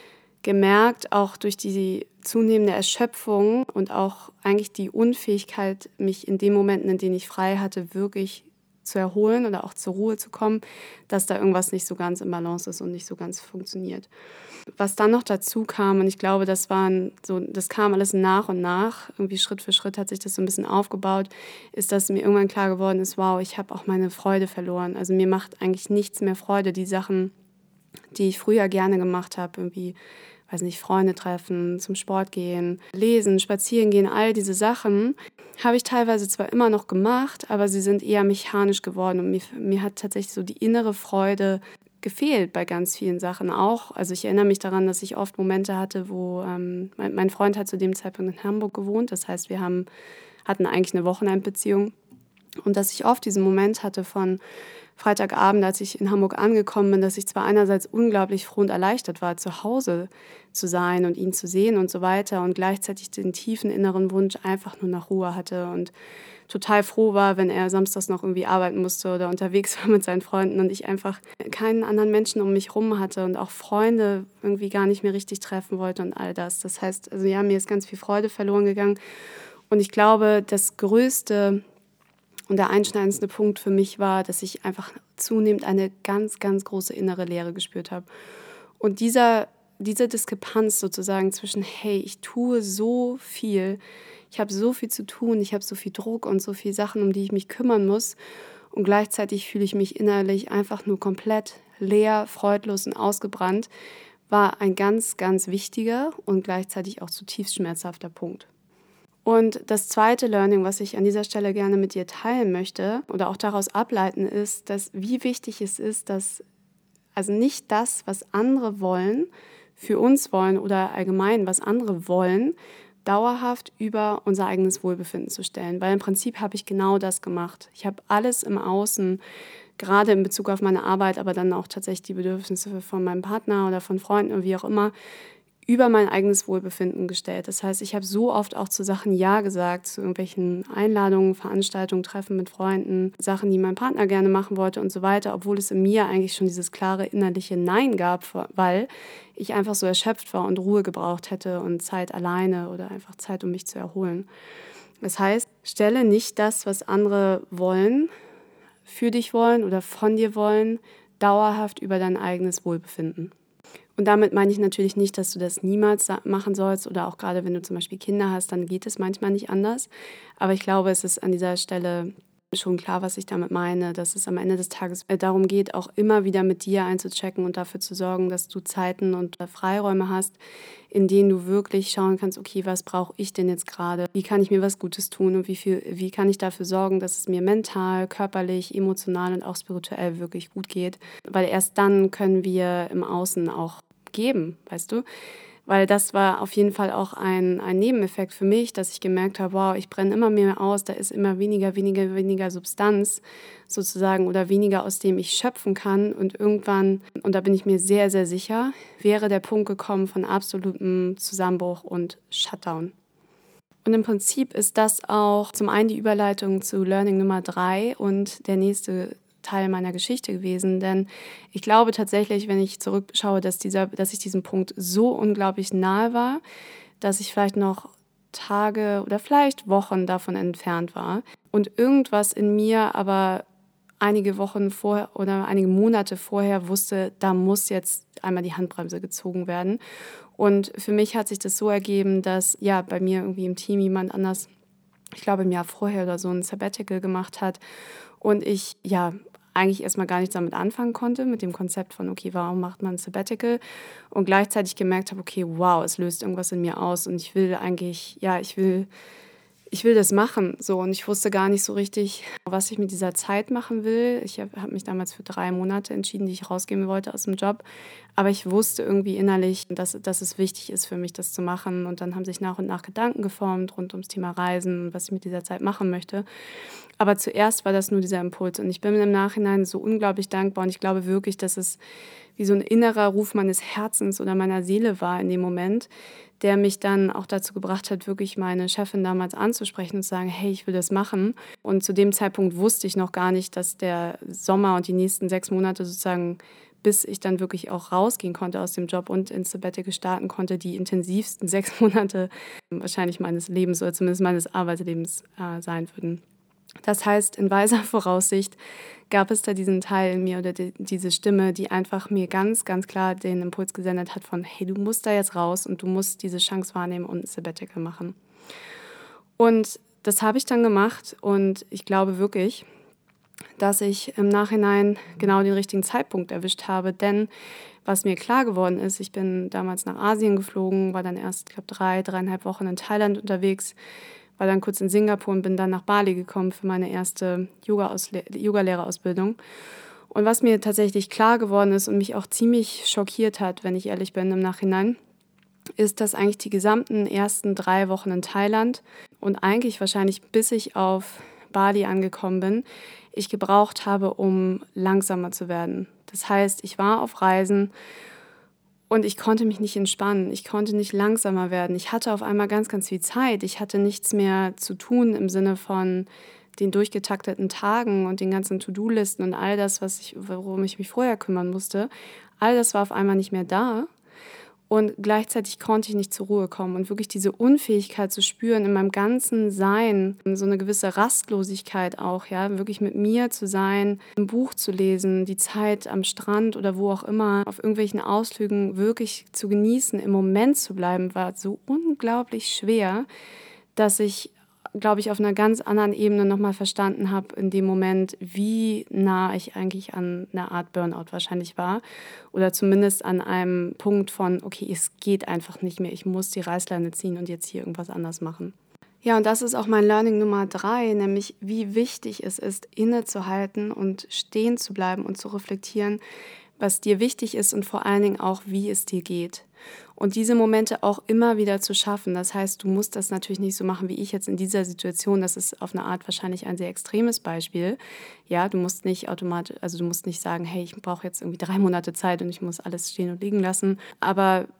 gemerkt, auch durch die zunehmende Erschöpfung und auch eigentlich die Unfähigkeit, mich in den Momenten, in denen ich frei hatte, wirklich zu erholen oder auch zur Ruhe zu kommen, dass da irgendwas nicht so ganz im Balance ist und nicht so ganz funktioniert. Was dann noch dazu kam, und ich glaube, das waren so, das kam alles nach und nach, irgendwie Schritt für Schritt hat sich das so ein bisschen aufgebaut, ist, dass mir irgendwann klar geworden ist, wow, ich habe auch meine Freude verloren. Also mir macht eigentlich nichts mehr Freude, die Sachen, die ich früher gerne gemacht habe, irgendwie, weiß nicht, Freunde treffen, zum Sport gehen, lesen, spazieren gehen, all diese Sachen habe ich teilweise zwar immer noch gemacht, aber sie sind eher mechanisch geworden und mir, mir hat tatsächlich so die innere Freude gefehlt bei ganz vielen Sachen auch. Also ich erinnere mich daran, dass ich oft Momente hatte, wo ähm, mein, mein Freund hat zu dem Zeitpunkt in Hamburg gewohnt, das heißt, wir haben, hatten eigentlich eine Wochenendbeziehung und dass ich oft diesen Moment hatte von Freitagabend, als ich in Hamburg angekommen bin, dass ich zwar einerseits unglaublich froh und erleichtert war, zu Hause zu sein und ihn zu sehen und so weiter und gleichzeitig den tiefen inneren Wunsch einfach nur nach Ruhe hatte und total froh war, wenn er samstags noch irgendwie arbeiten musste oder unterwegs war mit seinen Freunden und ich einfach keinen anderen Menschen um mich herum hatte und auch Freunde irgendwie gar nicht mehr richtig treffen wollte und all das. Das heißt, also ja, mir ist ganz viel Freude verloren gegangen und ich glaube, das größte und der einschneidendste Punkt für mich war, dass ich einfach zunehmend eine ganz, ganz große innere Leere gespürt habe. Und dieser, diese Diskrepanz sozusagen zwischen, hey, ich tue so viel, ich habe so viel zu tun, ich habe so viel Druck und so viele Sachen, um die ich mich kümmern muss. Und gleichzeitig fühle ich mich innerlich einfach nur komplett leer, freudlos und ausgebrannt, war ein ganz, ganz wichtiger und gleichzeitig auch zutiefst schmerzhafter Punkt. Und das zweite Learning, was ich an dieser Stelle gerne mit dir teilen möchte oder auch daraus ableiten, ist, dass wie wichtig es ist, dass also nicht das, was andere wollen, für uns wollen oder allgemein, was andere wollen, dauerhaft über unser eigenes Wohlbefinden zu stellen. Weil im Prinzip habe ich genau das gemacht. Ich habe alles im Außen, gerade in Bezug auf meine Arbeit, aber dann auch tatsächlich die Bedürfnisse von meinem Partner oder von Freunden oder wie auch immer, über mein eigenes Wohlbefinden gestellt. Das heißt, ich habe so oft auch zu Sachen Ja gesagt, zu irgendwelchen Einladungen, Veranstaltungen, Treffen mit Freunden, Sachen, die mein Partner gerne machen wollte und so weiter, obwohl es in mir eigentlich schon dieses klare innerliche Nein gab, weil ich einfach so erschöpft war und Ruhe gebraucht hätte und Zeit alleine oder einfach Zeit, um mich zu erholen. Das heißt, stelle nicht das, was andere wollen, für dich wollen oder von dir wollen, dauerhaft über dein eigenes Wohlbefinden. Und damit meine ich natürlich nicht, dass du das niemals machen sollst oder auch gerade wenn du zum Beispiel Kinder hast, dann geht es manchmal nicht anders. Aber ich glaube, es ist an dieser Stelle schon klar, was ich damit meine, dass es am Ende des Tages darum geht, auch immer wieder mit dir einzuchecken und dafür zu sorgen, dass du Zeiten und Freiräume hast, in denen du wirklich schauen kannst, okay, was brauche ich denn jetzt gerade? Wie kann ich mir was Gutes tun und wie viel, wie kann ich dafür sorgen, dass es mir mental, körperlich, emotional und auch spirituell wirklich gut geht? Weil erst dann können wir im Außen auch geben, weißt du? Weil das war auf jeden Fall auch ein, ein Nebeneffekt für mich, dass ich gemerkt habe, wow, ich brenne immer mehr aus, da ist immer weniger, weniger, weniger Substanz sozusagen oder weniger, aus dem ich schöpfen kann. Und irgendwann, und da bin ich mir sehr, sehr sicher, wäre der Punkt gekommen von absolutem Zusammenbruch und Shutdown. Und im Prinzip ist das auch zum einen die Überleitung zu Learning Nummer drei und der nächste Teil meiner Geschichte gewesen, denn ich glaube tatsächlich, wenn ich zurückschaue, dass, dieser, dass ich diesem Punkt so unglaublich nahe war, dass ich vielleicht noch Tage oder vielleicht Wochen davon entfernt war und irgendwas in mir aber einige Wochen vorher oder einige Monate vorher wusste, da muss jetzt einmal die Handbremse gezogen werden. Und für mich hat sich das so ergeben, dass ja bei mir irgendwie im Team jemand anders, ich glaube im Jahr vorher oder so, ein Sabbatical gemacht hat und ich ja eigentlich erstmal gar nichts damit anfangen konnte, mit dem Konzept von, okay, warum macht man ein Sabbatical? Und gleichzeitig gemerkt habe, okay, wow, es löst irgendwas in mir aus und ich will eigentlich, ja, ich will, ich will das machen. So, und ich wusste gar nicht so richtig, was ich mit dieser Zeit machen will. Ich habe hab mich damals für drei Monate entschieden, die ich rausgehen wollte aus dem Job. Aber ich wusste irgendwie innerlich, dass, dass es wichtig ist für mich, das zu machen. Und dann haben sich nach und nach Gedanken geformt rund ums Thema Reisen und was ich mit dieser Zeit machen möchte. Aber zuerst war das nur dieser Impuls. Und ich bin mir im Nachhinein so unglaublich dankbar. Und ich glaube wirklich, dass es wie so ein innerer Ruf meines Herzens oder meiner Seele war in dem Moment, der mich dann auch dazu gebracht hat, wirklich meine Chefin damals anzusprechen und zu sagen, hey, ich will das machen. Und zu dem Zeitpunkt wusste ich noch gar nicht, dass der Sommer und die nächsten sechs Monate sozusagen, bis ich dann wirklich auch rausgehen konnte aus dem Job und ins Sabbatical starten konnte, die intensivsten sechs Monate wahrscheinlich meines Lebens oder zumindest meines Arbeitslebens äh, sein würden. Das heißt, in weiser Voraussicht gab es da diesen Teil in mir oder die, diese Stimme, die einfach mir ganz, ganz klar den Impuls gesendet hat von, hey, du musst da jetzt raus und du musst diese Chance wahrnehmen und ein Sabbatical machen. Und das habe ich dann gemacht und ich glaube wirklich, dass ich im Nachhinein genau den richtigen Zeitpunkt erwischt habe, denn was mir klar geworden ist, ich bin damals nach Asien geflogen, war dann erst, ich glaube, drei, dreieinhalb Wochen in Thailand unterwegs, war dann kurz in Singapur und bin dann nach Bali gekommen für meine erste Yoga-Lehrerausbildung. Und was mir tatsächlich klar geworden ist und mich auch ziemlich schockiert hat, wenn ich ehrlich bin im Nachhinein, ist, dass eigentlich die gesamten ersten drei Wochen in Thailand und eigentlich wahrscheinlich bis ich auf Bali angekommen bin, ich gebraucht habe, um langsamer zu werden. Das heißt, ich war auf Reisen und ich konnte mich nicht entspannen, ich konnte nicht langsamer werden. Ich hatte auf einmal ganz, ganz viel Zeit. Ich hatte nichts mehr zu tun im Sinne von den durchgetakteten Tagen und den ganzen To-Do-Listen und all das, was ich, worum ich mich vorher kümmern musste. All das war auf einmal nicht mehr da. Und gleichzeitig konnte ich nicht zur Ruhe kommen und wirklich diese Unfähigkeit zu spüren in meinem ganzen Sein, so eine gewisse Rastlosigkeit auch, ja, wirklich mit mir zu sein, ein Buch zu lesen, die Zeit am Strand oder wo auch immer, auf irgendwelchen Ausflügen wirklich zu genießen, im Moment zu bleiben, war so unglaublich schwer, dass ich, glaube ich, auf einer ganz anderen Ebene nochmal verstanden habe in dem Moment, wie nah ich eigentlich an einer Art Burnout wahrscheinlich war oder zumindest an einem Punkt von, okay, es geht einfach nicht mehr, ich muss die Reißleine ziehen und jetzt hier irgendwas anders machen. Ja, und das ist auch mein Learning Nummer drei, nämlich wie wichtig es ist, innezuhalten und stehen zu bleiben und zu reflektieren, was dir wichtig ist und vor allen Dingen auch, wie es dir geht. Und diese Momente auch immer wieder zu schaffen. Das heißt, du musst das natürlich nicht so machen wie ich jetzt in dieser Situation. Das ist auf eine Art wahrscheinlich ein sehr extremes Beispiel. Ja, du musst nicht automatisch, also du musst nicht sagen, hey, ich brauche jetzt irgendwie drei Monate Zeit und ich muss alles stehen und liegen lassen. Aber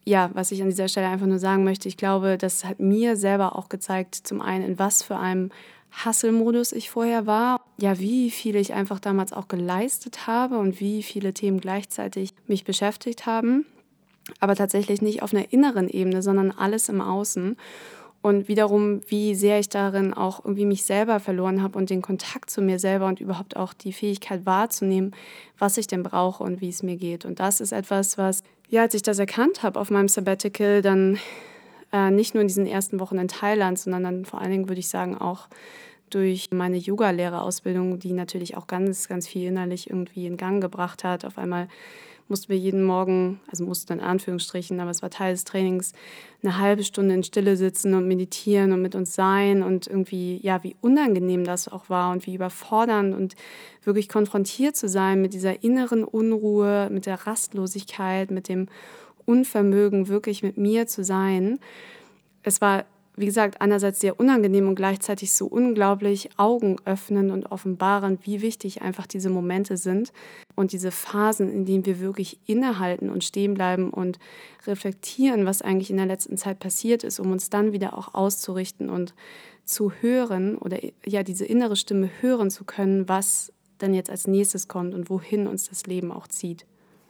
ja, was ich an dieser Stelle einfach nur sagen möchte, ich glaube, das hat mir selber auch gezeigt, zum einen, in was für einem Hustle-Modus ich vorher war, ja, wie viel ich einfach damals auch geleistet habe und wie viele Themen gleichzeitig mich beschäftigt haben, aber tatsächlich nicht auf einer inneren Ebene, sondern alles im Außen. Und wiederum, wie sehr ich darin auch irgendwie mich selber verloren habe und den Kontakt zu mir selber und überhaupt auch die Fähigkeit wahrzunehmen, was ich denn brauche und wie es mir geht. Und das ist etwas, was, ja, als ich das erkannt habe auf meinem Sabbatical, dann äh, nicht nur in diesen ersten Wochen in Thailand, sondern dann vor allen Dingen, würde ich sagen, auch durch meine Yoga-Lehrerausbildung, die natürlich auch ganz, ganz viel innerlich irgendwie in Gang gebracht hat. Auf einmal mussten wir jeden Morgen, also mussten in Anführungsstrichen, aber es war Teil des Trainings, eine halbe Stunde in Stille sitzen und meditieren und mit uns sein und irgendwie, ja, wie unangenehm das auch war und wie überfordernd und wirklich konfrontiert zu sein mit dieser inneren Unruhe, mit der Rastlosigkeit, mit dem Unvermögen, wirklich mit mir zu sein. Es war, wie gesagt, einerseits sehr unangenehm und gleichzeitig so unglaublich augenöffnend und offenbarend, wie wichtig einfach diese Momente sind und diese Phasen, in denen wir wirklich innehalten und stehen bleiben und reflektieren, was eigentlich in der letzten Zeit passiert ist, um uns dann wieder auch auszurichten und zu hören oder ja diese innere Stimme hören zu können, was dann jetzt als nächstes kommt und wohin uns das Leben auch zieht.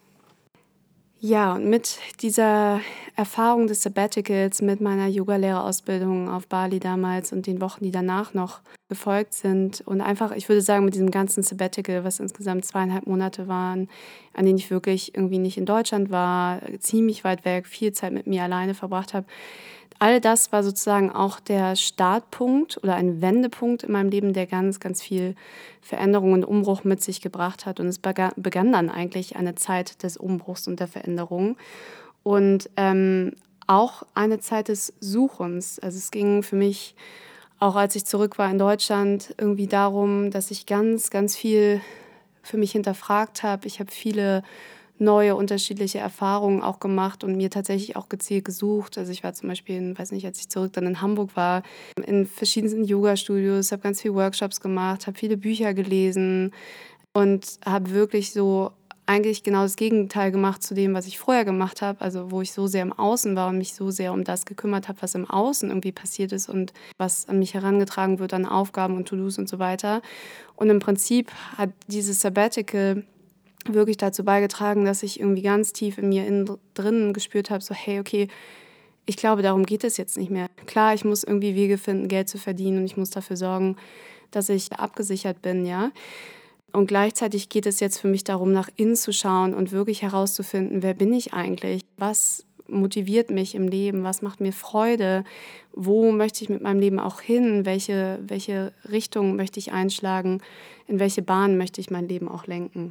Ja, und mit dieser Erfahrung des Sabbaticals, mit meiner Yogalehrerausbildung auf Bali damals und den Wochen, die danach noch gefolgt sind und einfach, ich würde sagen, mit diesem ganzen Sabbatical, was insgesamt zweieinhalb Monate waren, an denen ich wirklich irgendwie nicht in Deutschland war, ziemlich weit weg, viel Zeit mit mir alleine verbracht habe. All das war sozusagen auch der Startpunkt oder ein Wendepunkt in meinem Leben, der ganz, ganz viel Veränderung und Umbruch mit sich gebracht hat. Und es begann, begann dann eigentlich eine Zeit des Umbruchs und der Veränderung und ähm, auch eine Zeit des Suchens. Also es ging für mich, auch als ich zurück war in Deutschland, irgendwie darum, dass ich ganz, ganz viel für mich hinterfragt habe. Ich habe viele neue, unterschiedliche Erfahrungen auch gemacht und mir tatsächlich auch gezielt gesucht. Also ich war zum Beispiel, in, weiß nicht, als ich zurück dann in Hamburg war, in verschiedensten Yoga-Studios, habe ganz viele Workshops gemacht, habe viele Bücher gelesen und habe wirklich so eigentlich genau das Gegenteil gemacht zu dem, was ich vorher gemacht habe, also wo ich so sehr im Außen war und mich so sehr um das gekümmert habe, was im Außen irgendwie passiert ist und was an mich herangetragen wird an Aufgaben und To-Dos und so weiter. Und im Prinzip hat dieses Sabbatical wirklich dazu beigetragen, dass ich irgendwie ganz tief in mir innen drin gespürt habe, so hey, okay, ich glaube, darum geht es jetzt nicht mehr. Klar, ich muss irgendwie Wege finden, Geld zu verdienen und ich muss dafür sorgen, dass ich abgesichert bin, ja. Und gleichzeitig geht es jetzt für mich darum, nach innen zu schauen und wirklich herauszufinden, wer bin ich eigentlich? Was motiviert mich im Leben? Was macht mir Freude? Wo möchte ich mit meinem Leben auch hin? Welche, welche Richtung möchte ich einschlagen? In welche Bahn möchte ich mein Leben auch lenken?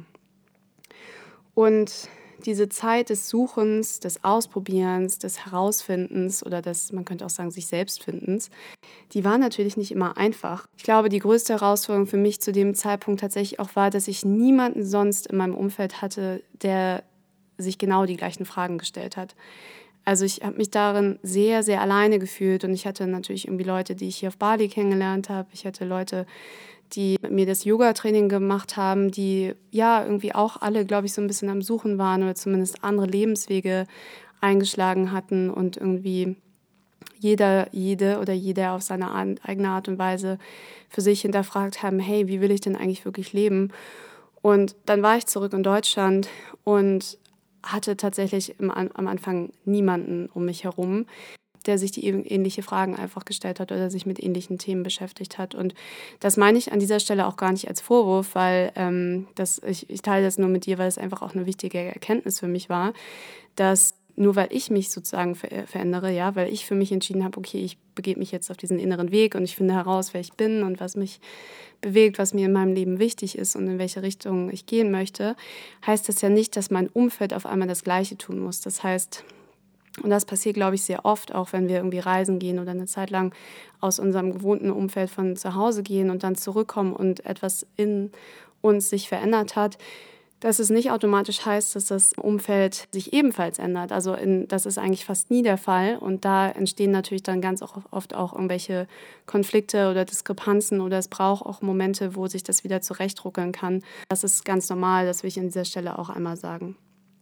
Und diese Zeit des Suchens, des Ausprobierens, des Herausfindens oder des, man könnte auch sagen, sich Selbstfindens, die war natürlich nicht immer einfach. Ich glaube, die größte Herausforderung für mich zu dem Zeitpunkt tatsächlich auch war, dass ich niemanden sonst in meinem Umfeld hatte, der sich genau die gleichen Fragen gestellt hat. Also ich habe mich darin sehr, sehr alleine gefühlt und ich hatte natürlich irgendwie Leute, die ich hier auf Bali kennengelernt habe. Ich hatte Leute, die mit mir das Yoga-Training gemacht haben, die ja irgendwie auch alle, glaube ich, so ein bisschen am Suchen waren oder zumindest andere Lebenswege eingeschlagen hatten und irgendwie jeder, jede oder jeder auf seine eigene Art und Weise für sich hinterfragt haben, hey, wie will ich denn eigentlich wirklich leben? Und dann war ich zurück in Deutschland und hatte tatsächlich im, am Anfang niemanden um mich herum, der sich die ähnliche Fragen einfach gestellt hat oder sich mit ähnlichen Themen beschäftigt hat. Und das meine ich an dieser Stelle auch gar nicht als Vorwurf, weil ähm, das, ich, ich teile das nur mit dir, weil es einfach auch eine wichtige Erkenntnis für mich war, dass nur weil ich mich sozusagen ver- verändere, ja, weil ich für mich entschieden habe, okay, ich begebe mich jetzt auf diesen inneren Weg und ich finde heraus, wer ich bin und was mich bewegt, was mir in meinem Leben wichtig ist und in welche Richtung ich gehen möchte, heißt das ja nicht, dass mein Umfeld auf einmal das Gleiche tun muss. Das heißt, und das passiert, glaube ich, sehr oft, auch wenn wir irgendwie reisen gehen oder eine Zeit lang aus unserem gewohnten Umfeld von zu Hause gehen und dann zurückkommen und etwas in uns sich verändert hat, dass es nicht automatisch heißt, dass das Umfeld sich ebenfalls ändert. Also in, das ist eigentlich fast nie der Fall. Und da entstehen natürlich dann ganz oft auch irgendwelche Konflikte oder Diskrepanzen oder es braucht auch Momente, wo sich das wieder zurechtruckeln kann. Das ist ganz normal, das will ich an dieser Stelle auch einmal sagen.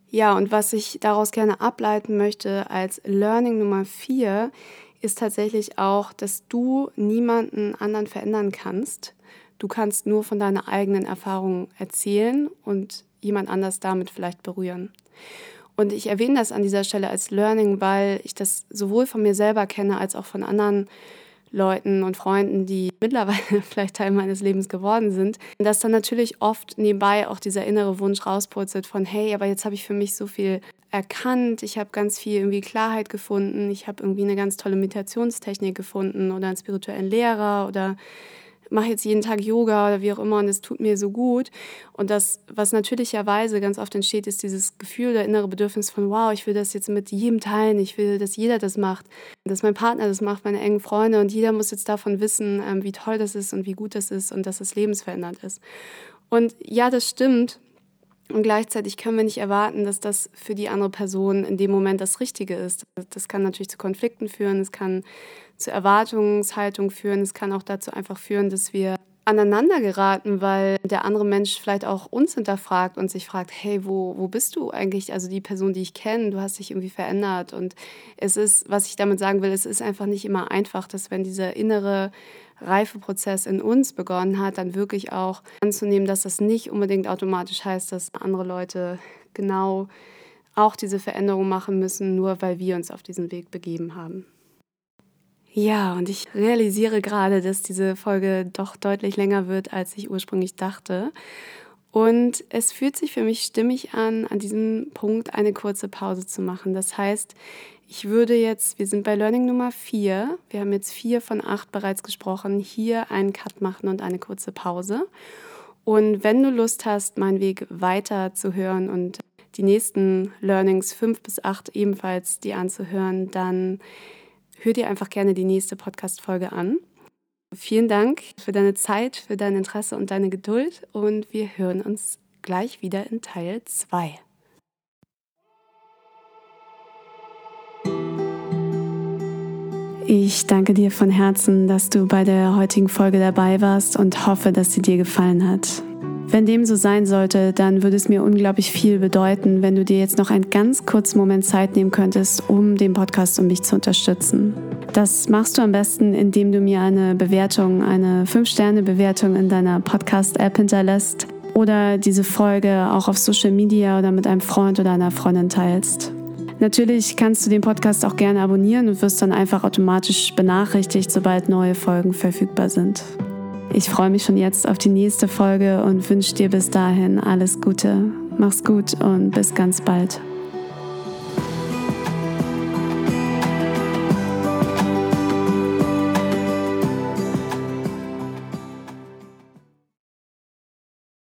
Ja, und was ich daraus gerne ableiten möchte als Learning Nummer vier, ist tatsächlich auch, dass du niemanden anderen verändern kannst. Du kannst nur von deiner eigenen Erfahrung erzählen und jemand anders damit vielleicht berühren. Und ich erwähne das an dieser Stelle als Learning, weil ich das sowohl von mir selber kenne, als auch von anderen Leuten und Freunden, die mittlerweile vielleicht Teil meines Lebens geworden sind, dass dann natürlich oft nebenbei auch dieser innere Wunsch rauspurzelt von, hey, aber jetzt habe ich für mich so viel erkannt, ich habe ganz viel irgendwie Klarheit gefunden, ich habe irgendwie eine ganz tolle Meditationstechnik gefunden oder einen spirituellen Lehrer oder mache jetzt jeden Tag Yoga oder wie auch immer und es tut mir so gut. Und das, was natürlicherweise ganz oft entsteht, ist dieses Gefühl, der innere Bedürfnis von, wow, ich will das jetzt mit jedem teilen, ich will, dass jeder das macht, dass mein Partner das macht, meine engen Freunde und jeder muss jetzt davon wissen, ähm, wie toll das ist und wie gut das ist und dass es lebensverändernd ist. Und ja, das stimmt. Und gleichzeitig können wir nicht erwarten, dass das für die andere Person in dem Moment das Richtige ist. Das kann natürlich zu Konflikten führen, es kann zu Erwartungshaltung führen, es kann auch dazu einfach führen, dass wir aneinander geraten, weil der andere Mensch vielleicht auch uns hinterfragt und sich fragt, hey, wo, wo bist du eigentlich? Also die Person, die ich kenne, du hast dich irgendwie verändert. Und es ist, was ich damit sagen will, es ist einfach nicht immer einfach, dass wenn dieser innere Reifeprozess in uns begonnen hat, dann wirklich auch anzunehmen, dass das nicht unbedingt automatisch heißt, dass andere Leute genau auch diese Veränderung machen müssen, nur weil wir uns auf diesen Weg begeben haben. Ja, und ich realisiere gerade, dass diese Folge doch deutlich länger wird, als ich ursprünglich dachte. Und es fühlt sich für mich stimmig an, an diesem Punkt eine kurze Pause zu machen. Das heißt, ich würde jetzt, wir sind bei Learning Nummer vier, wir haben jetzt vier von acht bereits gesprochen, hier einen Cut machen und eine kurze Pause. Und wenn du Lust hast, meinen Weg weiter zu hören und die nächsten Learnings fünf bis acht ebenfalls die anzuhören, dann hör dir einfach gerne die nächste Podcast-Folge an. Vielen Dank für deine Zeit, für dein Interesse und deine Geduld und wir hören uns gleich wieder in Teil zwei. Ich danke dir von Herzen, dass du bei der heutigen Folge dabei warst und hoffe, dass sie dir gefallen hat. Wenn dem so sein sollte, dann würde es mir unglaublich viel bedeuten, wenn du dir jetzt noch einen ganz kurzen Moment Zeit nehmen könntest, um den Podcast und mich zu unterstützen. Das machst du am besten, indem du mir eine Bewertung, eine fünf Sterne Bewertung in deiner Podcast-App hinterlässt oder diese Folge auch auf Social Media oder mit einem Freund oder einer Freundin teilst. Natürlich kannst du den Podcast auch gerne abonnieren und wirst dann einfach automatisch benachrichtigt, sobald neue Folgen verfügbar sind. Ich freue mich schon jetzt auf die nächste Folge und wünsche dir bis dahin alles Gute. Mach's gut und bis ganz bald.